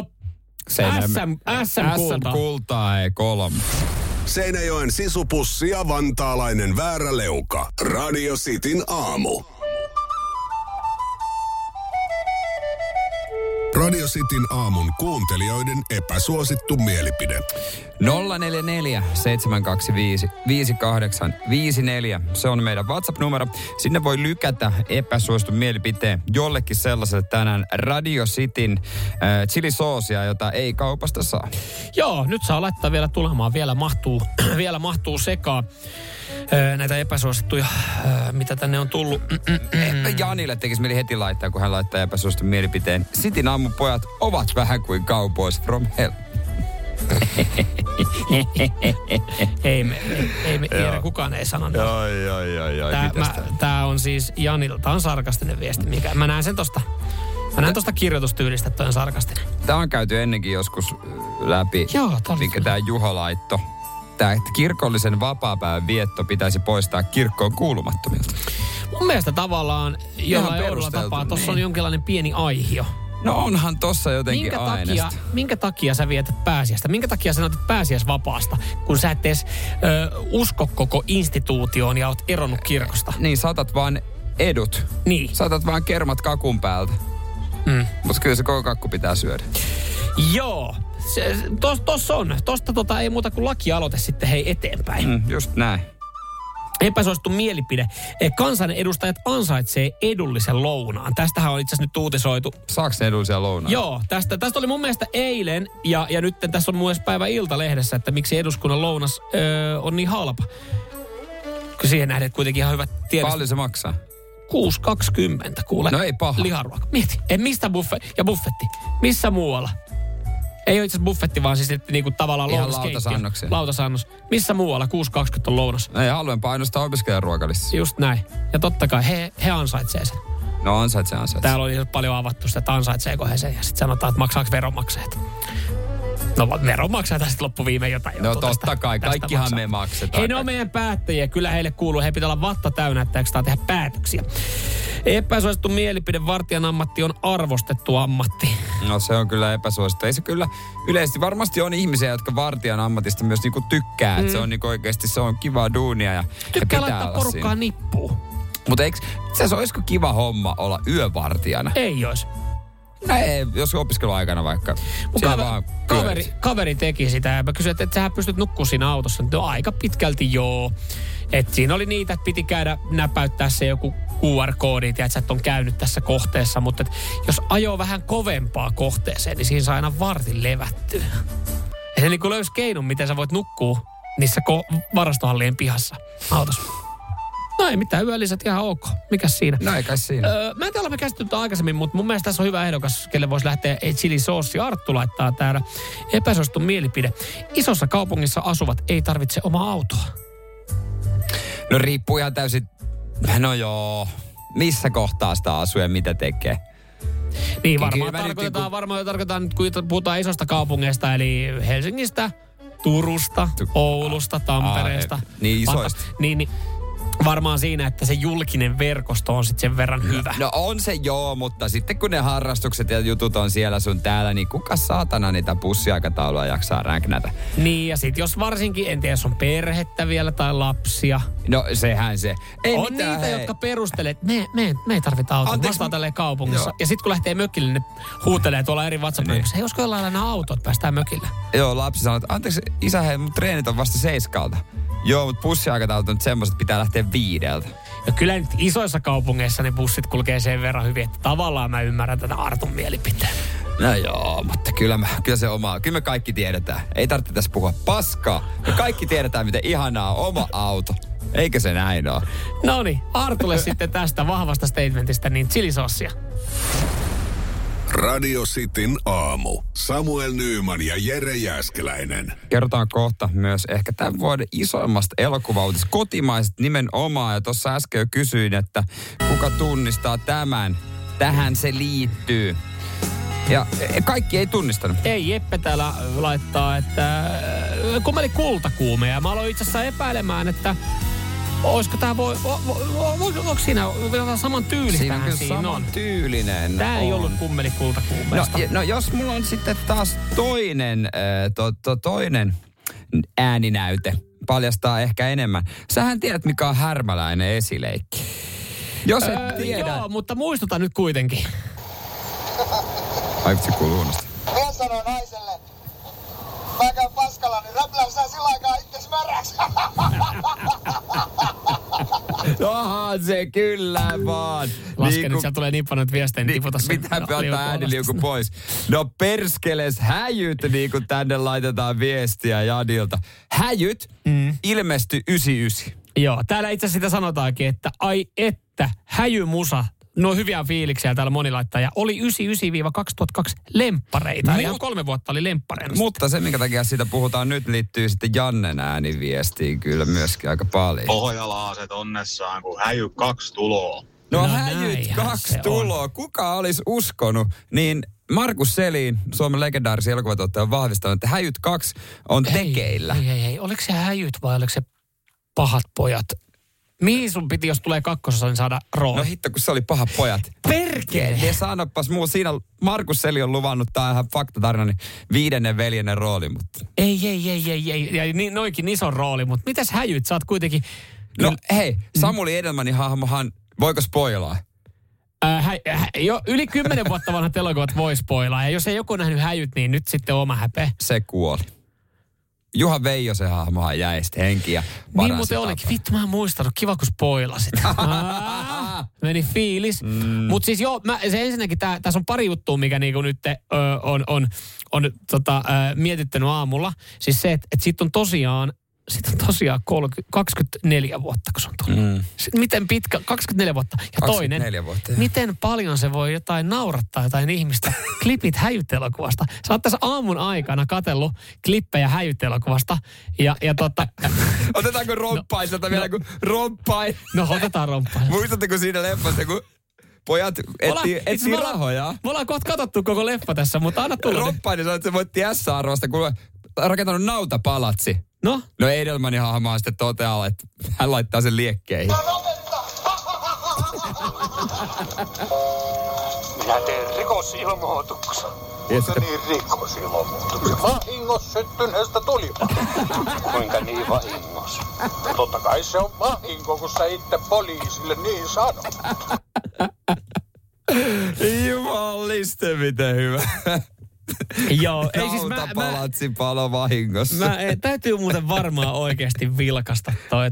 SM-kultaa. E3. Seinäjoen sisupussi ja vantaalainen vääräleuka. Radio Cityn aamu. Radio Cityn aamun kuuntelijoiden epäsuosittu mielipide. 044 725 5854. Se on meidän WhatsApp-numero. Sinne voi lykätä epäsuositun mielipiteen jollekin sellaiselle tänään Radio Cityn chilisoosia, jota ei kaupasta saa. Joo, nyt saa laittaa vielä tulemaan. Vielä mahtuu sekaan näitä epäsuosittuja, mitä tänne on tullut. Janille tekisi mieli heti laittaa, kun hän laittaa epäsuositun mielipiteen. Cityn aamupojat ovat vähän kuin cowboys from hell. ei kukaan ei sanonut. Tää on siis Janilta on sarkastinen viesti. Mä näen sen tosta kirjoitustyylistä, että toi on sarkastinen. Tää on käyty ennenkin joskus läpi. Joo, minkä tää Juho laitto. Tää, että kirkollisen vapaapäivän vietto pitäisi poistaa kirkkoon kuulumattomilta. Mun mielestä tavallaan jollain oudolla tapaa tossa on jonkinlainen pieni aihio. No onhan tossa jotenkin aineesta. Minkä takia sä vietät pääsiäistä? Minkä takia sä nautit pääsiäisvapaasta, kun sä et edes usko koko instituutioon ja oot eronnut kirkosta? Niin, saatat vaan edut. Niin. Saatat vaan kermat kakun päältä. Mutta kyllä se koko kakku pitää syödä. Joo. Tossa on. Tosta ei muuta kuin lakialoite sitten eteenpäin. Just näin. Epäsuosittu mielipide. Kansanedustajat ansaitsee edullisen lounaan. Tästähän on itse asiassa nyt uutisoitu. Saako ne edullisia lounaan? Joo, tästä oli mun mielestä eilen ja nyt tässä on myös päivä Ilta-lehdessä, että miksi eduskunnan lounas on niin halpa. Kun siihen nähden kuitenkin ihan hyvät tiedot. Paljon se maksaa? 6,20 kuule. No ei paha. Liharuoka. Mieti, mistä buffetti? Missä muualla? Ei ole itse asiassa buffetti, vaan siis niinku tavallaan lounaskeittiö. Lautasannos. Missä muualla 6,20 on lounas? Ei halvempaa ainoastaan opiskelijaruokalissa. Just näin. Ja totta kai he ansaitsee sen. No ansaitsee. Täällä oli paljon avattu sitä, että ansaitseeko he sen. Ja sitten sanotaan, että maksaako veronmaksajat. No veronmaksajat sitten loppuviimein jotain. No totta kai, kaikkihan me maksetaan. Hei, ne on meidän päättäjiä. Kyllä heille kuuluu. He pitää olla vatta täynnä, että eikö tehdä päätöksiä. Epäsuosittu mielipide, vartijan ammatti on arvostettu ammatti. No se on kyllä epäsuosittu. Ei se kyllä yleisesti varmasti on ihmisiä, jotka vartijan ammatista myös niinku tykkää. Että se on niinku oikeasti se on kivaa duunia ja tykkää laittaa porukkaa nippuun. Mutta itse asiassa olisiko kiva homma olla yövartijana? Ei ois. Ei, jos opiskeluaikana vaikka. Kaveri teki sitä ja mä kysyin, että sähän pystyt nukkumaan siinä autossa. No aika pitkälti joo. Et siinä oli niitä, että piti käydä näpäyttää se joku QR-koodi, että sä et on käynyt tässä kohteessa. Mutta jos ajoo vähän kovempaa kohteeseen, niin siinä saa aina vartin levättyä. Ja se niin kuin löysi keinon, miten sä voit nukkua niissä varastohallien pihassa autossa. No ei mitään, yölliset ihan ok. Mikäs siinä? No ei kai siinä. Mä en tiedä, olemme käsitelty aikaisemmin, mutta mun mielestä tässä on hyvä ehdokas, kelle voisi lähteä chilisoosi. Arttu laittaa täällä epäsuosittu mielipide. Isossa kaupungissa asuvat ei tarvitse omaa autoa. No riippuu ihan täysin, no joo, missä kohtaa sitä asuu ja mitä tekee. Niin varmaan tarkoitetaan nyt, kun puhutaan isosta kaupungeista, eli Helsingistä, Turusta, Oulusta, Tampereesta. Niin isoista. Niin, varmaan siinä, että se julkinen verkosto on sitten sen verran hyvä. No on se joo, mutta sitten kun ne harrastukset ja jutut on siellä sun täällä, niin kuka saatana niitä bussiaikataulua jaksaa ränknätä? Niin ja sitten jos varsinkin, en tiedä, jos on perhettä vielä tai lapsia. No sehän se. Ei on mitään, niitä, jotka perustelee, että me ei tarvita autoa. Vastaan tälleen kaupungissa. Joo. Ja sitten kun lähtee mökille, ne huutelee tuolla eri WhatsApp-ryhmissä. Hei, olisiko jollain aina auto, että päästään mökille? Joo, lapsi sanoo, että anteeksi isä, hei, mun treenit on vasta 7:00. Joo, mutta bussiaikataulut on nyt semmoiset, pitää lähteä 5:00. Ja kyllä nyt isoissa kaupungeissa ne bussit kulkee sen verran hyvin, että tavallaan mä ymmärrän tätä Artun mielipiteen. No joo, mutta kyllä se oma. Kyllä me kaikki tiedetään. Ei tarvitse tässä puhua paskaa. Me kaikki tiedetään, miten ihanaa on oma auto. Eikö se näin ole? Noniin, Artulle sitten tästä vahvasta statementista niin chilisossia. Radio Cityn aamu. Samuel Nyyman ja Jere Jääskeläinen. Kerrotaan kohta myös ehkä tämän vuoden isoimmasta elokuvautisesta kotimaiset nimenomaan. Ja tuossa äsken jo kysyin, että kuka tunnistaa tämän. Tähän se liittyy. Ja kaikki ei tunnistanut. Ei, Jeppe täällä laittaa, että kummeli kultakuume. Ja mä aloin itse asiassa epäilemään, että olisiko tää onko siinä jotain saman tyylistähän siinä on? Saman tyylinen. Tää ei ollut kummeli kultakuumeesta. No jos mulla on sitten taas toinen ääninäyte, paljastaa ehkä enemmän. Sähän tiedät, mikä on härmäläinen esileikki. Jos et tiedä. Joo, mutta muistuta nyt kuitenkin. Kaikki kuuluu huonosti. Mies sanoo naiselle, mä käyn paskalla, niin räplänsää sillä aikaa itses märäksi. Onhan se kyllä vaan. Lasken, että sieltä tulee niin paljon viestejä, niin tiputa sen. Pitää ottaa ääniliuku pois. No perskeles häjyt, niin kuin tänne laitetaan viestiä Jadilta. Häjyt ilmestyi 99. Joo, täällä itse asiassa sitä sanotaankin, että ai että, häjymusa. No hyviä fiiliksiä täällä moni laittaa. Ja oli 99-2002 lemppareita. Eli ihan 3 vuotta oli lemppareina. Mutta se, minkä takia siitä puhutaan nyt, liittyy sitten Jannen ääniviestiin kyllä myöskin aika paljon. Pohjalaaset onnessaan, kun häjy 2 tuloa. No häjyt 2 tuloa. Kuka olisi uskonut? Niin Markus Selin, Suomen legendaarisen elokuvatuottaja, on vahvistanut, että häjyt 2 on tekeillä. Ei. Oliko se häjyt vai oliko se pahat pojat? Mihin sun piti, jos tulee 2, niin saada rooli? No hitto, kun se oli paha pojat. Perkele! Ja sanopas muu, siinä Markus Seli on luvannut, tää on ihan faktatarina, niin 5. veljennen rooli, mutta... Ei. Ja noinkin ison rooli, mutta mitäs häjyt? Sä oot kuitenkin... No hei, Samuli Edelmanin hahmohan, voiko spoilaa? Jo yli 10 vuotta vanhat elokuvat voi spoilaa. Ja jos ei joku nähnyt häjyt, niin nyt sitten oma häpeä. Se kuoli. Juha Veijosen hahmohan jäi sitten henkiin ja niin muuten olikin. Vittu, mä en muistanut. Kiva, kun spoilasit. Meni fiilis. Mutta siis joo, se ensinnäkin tässä on pari juttua, mikä niinku nyt on mietittänyt aamulla. Siis se, että siitä on tosiaan 24 vuotta, kun se on tullut. Miten pitkä? 24 vuotta. Ja 24 toinen, vuotta, miten paljon se voi jotain naurattaa jotain ihmistä. Klipit häjyt-elokuvasta. Sä oot tässä aamun aikana katsellut klippejä häjyt-elokuvasta. Otetaanko romppaiselta vielä, kun romppain? No otetaan romppain. Muistatteko siinä leffassa, kun pojat etsii rahoja? Me ollaan kohta katsottu koko leffa tässä, mutta anna tulla. Romppain sanoi, että se voitti S-arvosta, kun rakentanut nautapalatsi. No Edelmanin hahmoa sitten toteaa, että hän laittaa sen liekkeihin. Minä teen rikosilmoituksen. Kuinka niin rikosilmoituksen? Vahingossa syttyneestä tulipaikasta. Kuinka niin vahingossa? Totta kai se on vahinko, kun sä itse poliisille niin sanot. Jumaliste, miten hyvä. Joo, ei siis nautapalatsi palo vahingossa. Täytyy muuten varmaan oikeasti vilkasta toi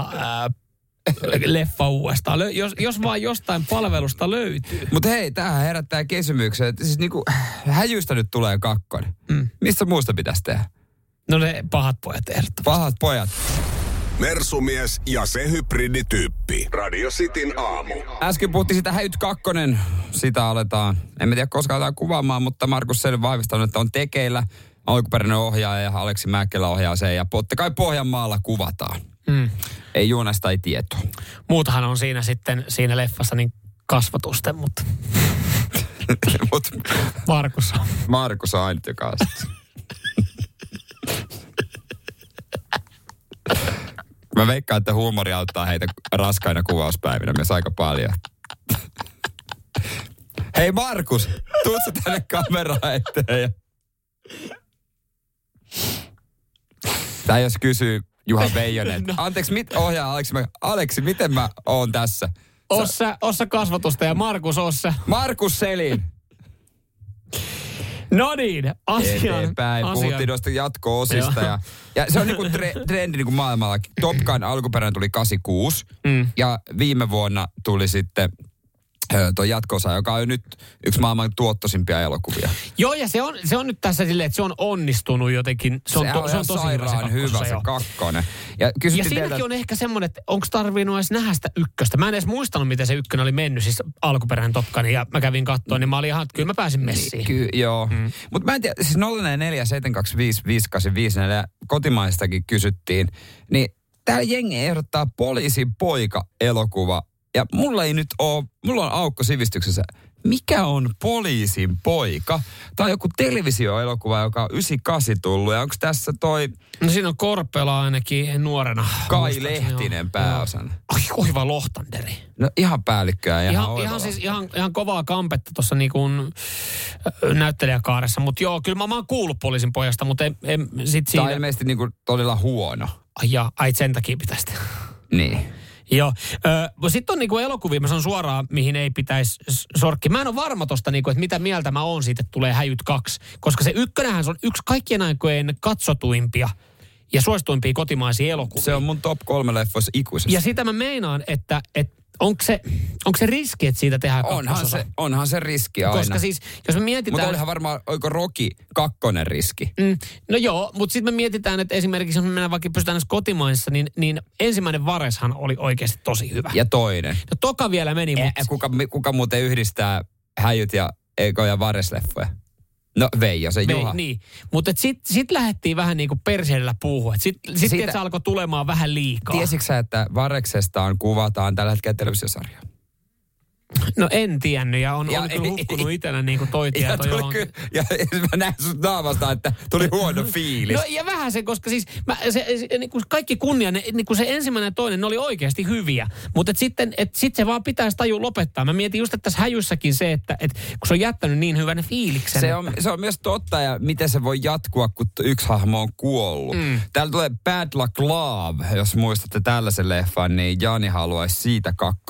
leffa uudestaan. Jos vaan jostain palvelusta löytyy. Mutta hei, tämähän herättää kysymyksen, että siis niinku häjystä nyt tulee 2. Mistä muusta pitäisi tehdä? No ne pahat pojat ehdottomasti. Pahat pojat. Mersumies ja se hybridityyppi. Radio Cityn aamu. Äsken puhuttiin sitä häjyt 2. Sitä aletaan, en tiedä koska aletaan kuvaamaan, mutta Markus Selin vahvistanut, että on tekeillä. Alkuperäinen ohjaaja ja Aleksi Mäkelä ohjaa sen ja totta kai Pohjanmaalla kuvataan. Ei juonesta, ei tietoa. Muutahan on siinä leffassa niin kasvatusten, mutta Markus on ainut, joka on. Mä veikkaan, että huumori auttaa heitä raskaina kuvauspäivinä myös aika paljon. Hei Markus, tuut sä tänne kameraan eteen ja... Tai jos kysyy Juha Veijonen, anteeksi, ohjaa Aleksi, miten mä oon tässä? Ossa kasvatusta ja Markus Ossa. Markus Selin. No niin, eteenpäin. Puhuttiin noista jatko-osista. Ja se on niinku trendi niinku maailmalla. Top Gun alkuperäinen tuli 86. Ja viime vuonna tuli sitten tuo jatko-osa, joka on nyt yksi maailman tuottoisimpia elokuvia. Joo, ja se on nyt tässä silleen, että se on onnistunut jotenkin. Se on tosi sairaan hyvä se 2. Ja siinäkin on ehkä semmoinen, että onko tarvinnut edes nähdä sitä 1. Mä en edes muistanut, miten se 1 oli mennyt, siis alkuperäinen Top Gun, ja mä kävin katsoa, niin mä olin ihan, että kyllä mä pääsin messiin. Joo. Mutta mä en tiedä, siis 044 725 5854 kotimaistakin kysyttiin, niin täällä jengi ehdottaa Poliisin poika-elokuva. Ja mulla on aukko sivistyksessä. Mikä on Poliisin poika? Tämä on joku televisioelokuva, joka on 98 tullut. Ja onko tässä toi... No siinä on Korpela ainakin nuorena. Kai Lehtinen pääosan. Oiva Lohtanderi. No ihan päällikköä. Ihan kovaa kampetta tuossa niinku näyttelijäkaaressa. Mutta joo, kyllä mä oon kuullut Poliisin pojasta, mutta sit siitä... Tämä on ilmeisesti niinku todella huono. Ai sen takia pitäisi. Niin. Joo. Sitten on niinku elokuvia, mä sanon suoraan, mihin ei pitäisi sorkki. Mä en ole varma tosta, niinku, että mitä mieltä mä oon siitä, että tulee Häjyt 2. Koska se Ykkönenhän on yksi kaikkien aikojen katsotuimpia ja suosituimpia kotimaisia elokuvia. Se on mun top 3 leffoissa ikuisesti. Ja sitä mä meinaan, että onko se riski, että siitä tehdään kakkososa? Onhan se riski aina. Koska siis, jos me mietitään... Mutta olihan varmaan, oiko Rocky 2 riski? No joo, mutta sitten me mietitään, että esimerkiksi jos me mennään vaikka pystytään kotimaissa, niin ensimmäinen Vareshan oli oikeasti tosi hyvä. Ja toinen. No toka vielä meni, mutta... Kuka muuten yhdistää Häjyt ja Eko ja Vares-leffoja? No Veijo, se Juha. Niin, mutta sit lähdettiin vähän niin kuin perseellä puuhun. Sitten se alkoi tulemaan vähän liikaa. Tiesitkö sä, että Vareksesta kuvataan tällä hetkellä televisiosarjaa? No en tiennyt ja on kyllä hukkunut itellä niin kuin toi tieto johonkin. Ja mä näen sut naamasta, että tuli huono fiilis. No ja vähän se, koska siis niin kuin kaikki kunnia, niin kuin se ensimmäinen ja toinen, ne oli oikeasti hyviä. Mutta sitten se vaan pitäisi tajua lopettaa. Mä mietin just, että tässä Häjyssäkin se, että kun se on jättänyt niin hyvän fiiliksen. Se on myös totta ja miten se voi jatkua, kun yksi hahmo on kuollut. Täällä tulee Bad Luck Love, jos muistatte tällaisen leffan, niin Jani haluaisi siitä 2.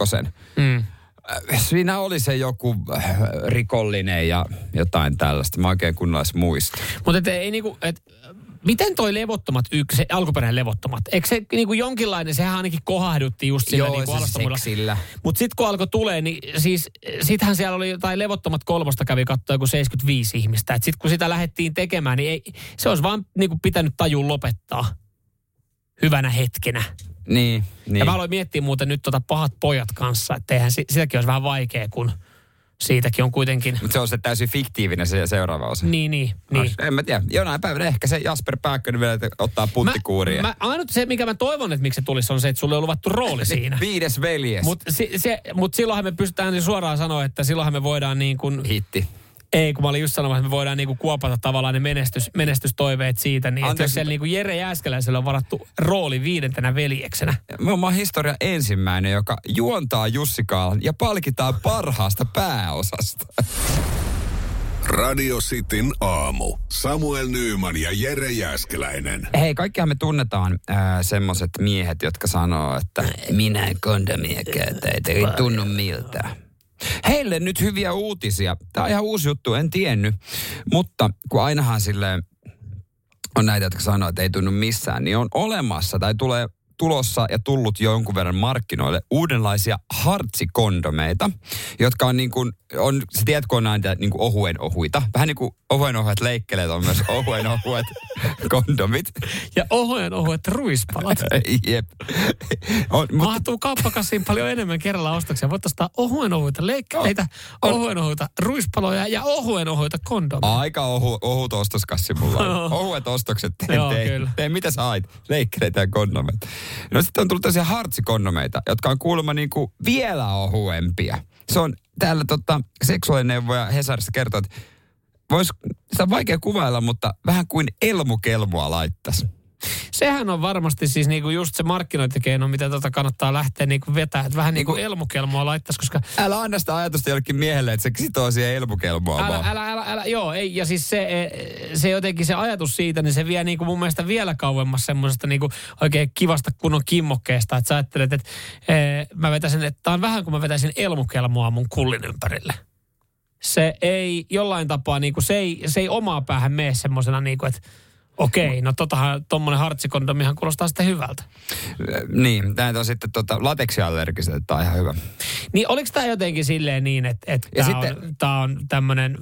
Siinä oli se joku rikollinen ja jotain tällaista. Mä oikein kunnolla muista. Mutta ei niinku, miten toi Levottomat se alkuperäinen Levottomat, eikö se niinku jonkinlainen, sehän ainakin kohahdutti just sillä niinku seksillä. Mutta sitten kun alkoi tulee, niin siis sittenhän siellä oli jotain Levottomat 3 kävi katsoa joku 75 ihmistä. Et sitten kun sitä lähdettiin tekemään, niin se olisi vaan niinku pitänyt tajun lopettaa hyvänä hetkenä. Niin. Ja mä aloin miettiä muuten nyt Pahat pojat kanssa, että eihän sitäkin olisi vähän vaikea, kun siitäkin on kuitenkin... Mutta se on se täysin fiktiivinen se seuraava osa. Niin. En mä tiedä. Jonain päivänä ehkä se Jasper Pääkkönen vielä ottaa punttikuuria. Ainut se, mikä mä toivon, että miksi se tulisi, on se, että sulle on luvattu rooli siinä. 5. veljes. Mutta silloinhan me pystytään suoraan sanoa, että silloinhan me voidaan niin kuin... Hitti. Ei, kun mä olin just sanomassa, että me voidaan niinku kuopata tavallaan ne menestystoiveet siitä, niin että jos siellä niinku Jere Jääskeläiselle on varattu rooli 5. veljeksenä. Me ollaan historian ensimmäinen, joka juontaa Jussi Kaalan ja palkitaan parhaasta pääosasta. Radio Cityn aamu. Samuel Nyyman ja Jere Jääskeläinen. Hei, kaikkihan me tunnetaan semmoiset miehet, jotka sanoo, että minä en kondomia käytä, ei tunnu miltään. Heille nyt hyviä uutisia. Tämä on ihan uusi juttu, en tiennyt. Mutta kun ainahan silleen on näitä, jotka sanoo, että ei tunnu missään, niin on olemassa tai tulossa ja tullut jo jonkun verran markkinoille uudenlaisia hartsikondomeita, jotka on niin kuin, sä tiedät, kun on näitä niin kuin ohuen ohuita. Vähän niin kuin ohuen ohuet leikkeleet on myös ohuen ohuet kondomit. Ja ohuen ohuet ruispalat. Jep. Mahtuu kauppakassiin paljon enemmän kerralla ostoksia. Voit ostaa ohuen ohuita leikkeleitä, ohuen ohuita ruispaloja ja ohuen ohuita kondomia. Aika ohut ostoskassi mulla on. Ohuet ostokset teen mitä sä ait. Leikkeleitä ja kondomeita. No sitten on tullut tällaisia hartsikondomeita, jotka on kuulemma niin kuin vielä ohuempia. Se on täällä seksuaalineuvoja Hesarissa kertoo, että sitä on vaikea kuvailla, mutta vähän kuin elmukelmua laittaisi. Sehän on varmasti siis niinku just se markkinointikeino, mitä kannattaa lähteä niinku vetää, että vähän niinku elmukelmua laittaisi, koska... Älä anna sitä ajatusta jollekin miehelle, että se sitoo siihen elmukelmua Älä, joo, ei, ja siis se jotenkin se ajatus siitä, niin se vie niinku mun mielestä vielä kauemmas semmoisesta niinku oikein kivasta kunnon kimmokkeesta, että sä ajattelet, että mä vetäisin, että tää on vähän kuin mä vetäisin elmukelmua mun kullin ympärille. Se ei jollain tapaa niinku, se ei omaa päähän mene semmosena niinku, että okei, no tommonen hartsikondomihan kuulostaa sitten hyvältä. Niin, tämä on sitten lateksiallergiset, että tämä on ihan hyvä. Niin oliko tämä jotenkin silleen niin, että tämä on tämmöinen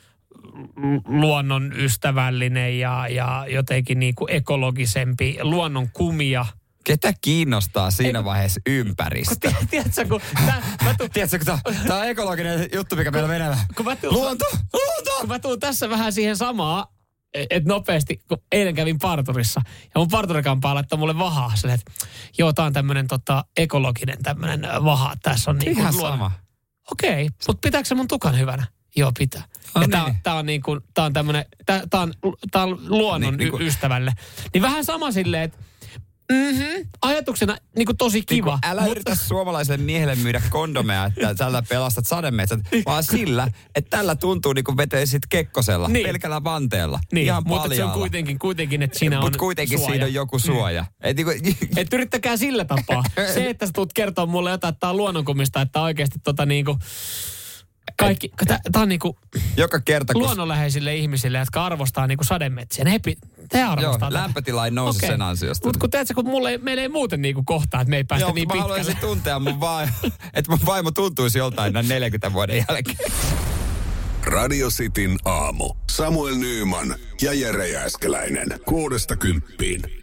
luonnonystävällinen ja jotenkin niinku ekologisempi luonnon kumia? Ketä kiinnostaa siinä vaiheessa ympäristö? Tiedätkö, kun tämä on ekologinen juttu, mikä meillä menee. Luonto! Kun mä tuun tässä vähän siihen samaan, että nopeasti, kun eilen kävin parturissa, ja mun parturikampaa laittoi mulle vahaa, silleen, että joo, tää on tämmönen ekologinen tämmönen vaha, tässä on niinku ihan sama. Okei, mutta pitääkö se mun tukan hyvänä? Joo, pitää. Ja tää on niinku, tää on tämmönen, tää on luonnon ystävälle. Niin vähän sama silleen, että Ajatuksena niin kuin tosi kiva. Älä yritä suomalaiselle miehelle myydä kondomeja, että tällä pelastat sademetsät, vaan sillä, että tällä tuntuu niin kuin veteisit kekkosella, pelkällä vanteella. Niin, ihan mutta se on kuitenkin, että siinä on Mutta kuitenkin suoja. siinä on joku suoja. Et yrittäkää sillä tapaa. Se, että sä tulet kertoa mulle jotain, että tää on luonnonkumista, että oikeasti niinku... Kaikki, tää on niinku joka kerta, luonnonläheisille ihmisille, jotka arvostaa niinku sademetsiä. Te arvostaa tätä. Lämpötila ei nouse sen ansiosta. Mutta kun meillä ei muuten niinku kohtaa, että me ei päästä niin pitkälle. Mä haluaisin tuntea että mun vaimo tuntuisi joltain näin 40 vuoden jälkeen. Radio Cityn aamu. Samuel Nyyman ja Jere Jääskeläinen. 6–10.